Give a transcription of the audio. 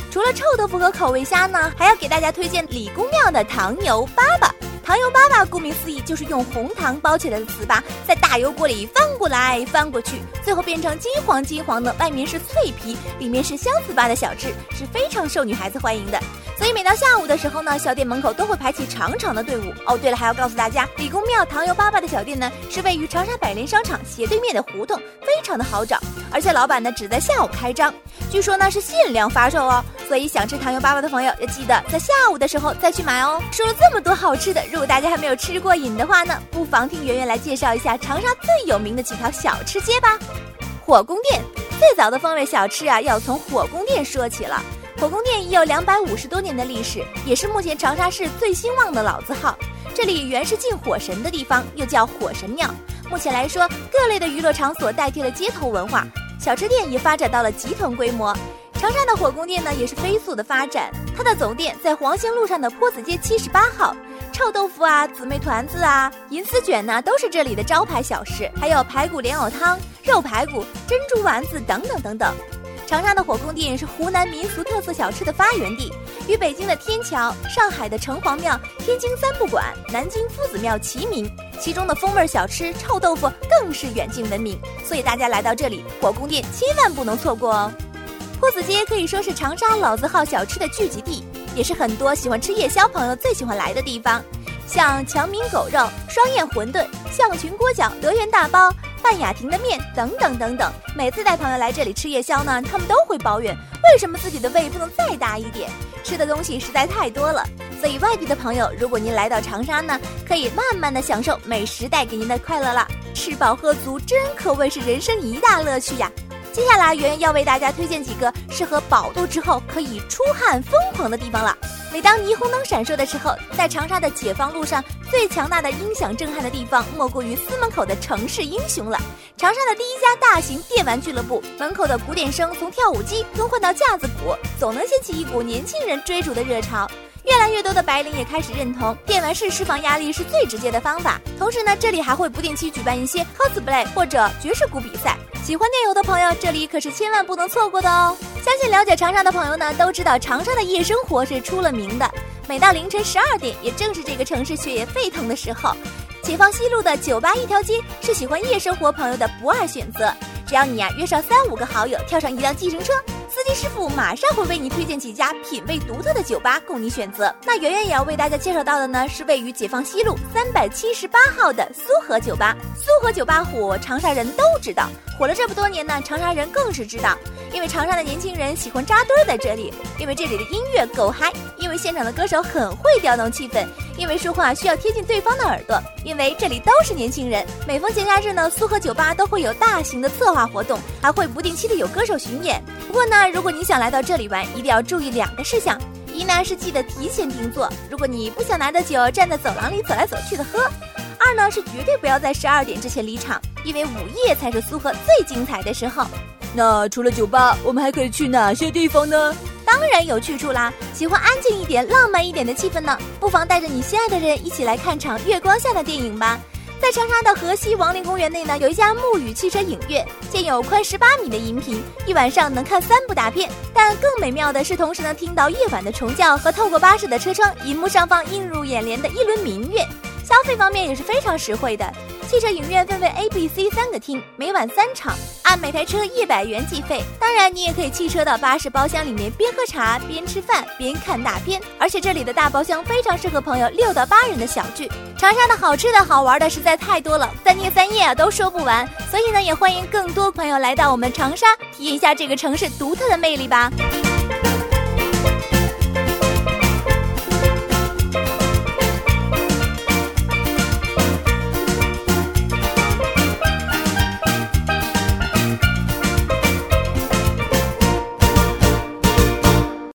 除了臭豆腐和口味虾呢，还要给大家推荐李公庙的糖油粑粑。糖油粑粑顾名思义就是用红糖包起来的糍粑，在大油锅里翻过来翻过去，最后变成金黄金黄的，外面是脆皮，里面是香糍粑的小吃，是非常受女孩子欢迎的。所以每到下午的时候呢，小店门口都会排起长长的队伍。哦，对了，还要告诉大家，李公庙糖油粑粑的小店呢，是位于长沙百联商场斜对面的胡同，非常的好找，而且老板呢只在下午开张，据说呢是限量发售哦。所以想吃糖油粑粑的朋友要记得在下午的时候再去买哦。说了这么多好吃的，如果大家还没有吃过瘾的话呢，不妨听圆圆来介绍一下长沙最有名的几条小吃街吧。火宫殿，最早的风味小吃啊，要从火宫殿说起了。火宫殿已有250多年的历史，也是目前长沙市最兴旺的老字号。这里原是敬火神的地方，又叫火神庙。目前来说，各类的娱乐场所代替了街头文化，小吃店也发展到了集团规模。长沙的火宫殿呢，也是飞速的发展，它的总店在黄兴路上的坡子街78号。臭豆腐啊、姊妹团子啊、银丝卷呐，都是这里的招牌小吃，还有排骨莲藕汤、肉排骨、珍珠丸子等等等等。长沙的火宫殿是湖南民俗特色小吃的发源地，与北京的天桥、上海的城隍庙、天津三不管、南京夫子庙齐名，其中的风味小吃臭豆腐更是远近闻名，所以大家来到这里，火宫殿千万不能错过哦。坡子街可以说是长沙老字号小吃的聚集地，也是很多喜欢吃夜宵朋友最喜欢来的地方，像强民狗肉、双燕馄饨、象群锅饺、德源大包、半雅亭的面等等等等。每次带朋友来这里吃夜宵呢，他们都会抱怨为什么自己的胃不能再大一点，吃的东西实在太多了。所以外地的朋友，如果您来到长沙呢，可以慢慢的享受美食带给您的快乐了，吃饱喝足真可谓是人生一大乐趣呀。接下来圆圆要为大家推荐几个适合饱肚之后可以出汗疯狂的地方了。每当霓虹灯闪烁的时候，在长沙的解放路上最强大的音响震撼的地方莫过于司门口的城市英雄了。长沙的第一家大型电玩俱乐部，门口的鼓点声从跳舞机更换到架子鼓，总能掀起一股年轻人追逐的热潮。越来越多的白领也开始认同电玩室释放压力是最直接的方法。同时呢，这里还会不定期举办一些 cosplay 或者爵士鼓比赛，喜欢电游的朋友这里可是千万不能错过的哦。相信了解长沙的朋友呢，都知道长沙的夜生活是出了名的，每到凌晨12点，也正是这个城市血液沸腾的时候。解放西路的酒吧一条街是喜欢夜生活朋友的不二选择，只要你约上3-5个好友，跳上一辆计程车，司机师傅马上会为你推荐几家品味独特的酒吧供你选择。那圆圆也要为大家介绍到的呢，是位于解放西路378号的苏荷酒吧。苏荷酒吧火，长沙人都知道，火了这么多年呢，长沙人更是知道，因为长沙的年轻人喜欢扎堆在这里，因为这里的音乐够嗨，因为现场的歌手很会调动气氛，因为说话需要贴近对方的耳朵，因为这里都是年轻人。每逢节假日呢，苏荷酒吧都会有大型的策划活动，还会不定期的有歌手巡演。不过呢，如果你想来到这里玩，一定要注意2个事项。一呢是记得提前订座，如果你不想拿着酒站在走廊里走来走去的喝。2呢是绝对不要在12点之前离场，因为午夜才是苏荷最精彩的时候。 那除了酒吧，我们还可以去哪些地方呢？ 当然有去处啦，喜欢安静一点、浪漫一点的气氛呢，不妨带着你心爱的人一起来看场月光下的电影吧。在长沙的河西王陵公园内呢，有一家沐雨汽车影院，建有宽18米的银屏，一晚上能看3部大片。但更美妙的是，同时能听到夜晚的虫叫和透过巴士的车窗，银幕上方映入眼帘的一轮明月。消费方面也是非常实惠的，汽车影院分为 A、B、C 3个厅，每晚3场，按每台车100元计费。当然你也可以汽车到巴士包厢里面边喝茶边吃饭边看大片，而且这里的大包厢非常适合朋友6到8人的小聚。长沙的好吃的好玩的实在太多了，3天3夜都说不完，所以呢也欢迎更多朋友来到我们长沙，体验一下这个城市独特的魅力吧。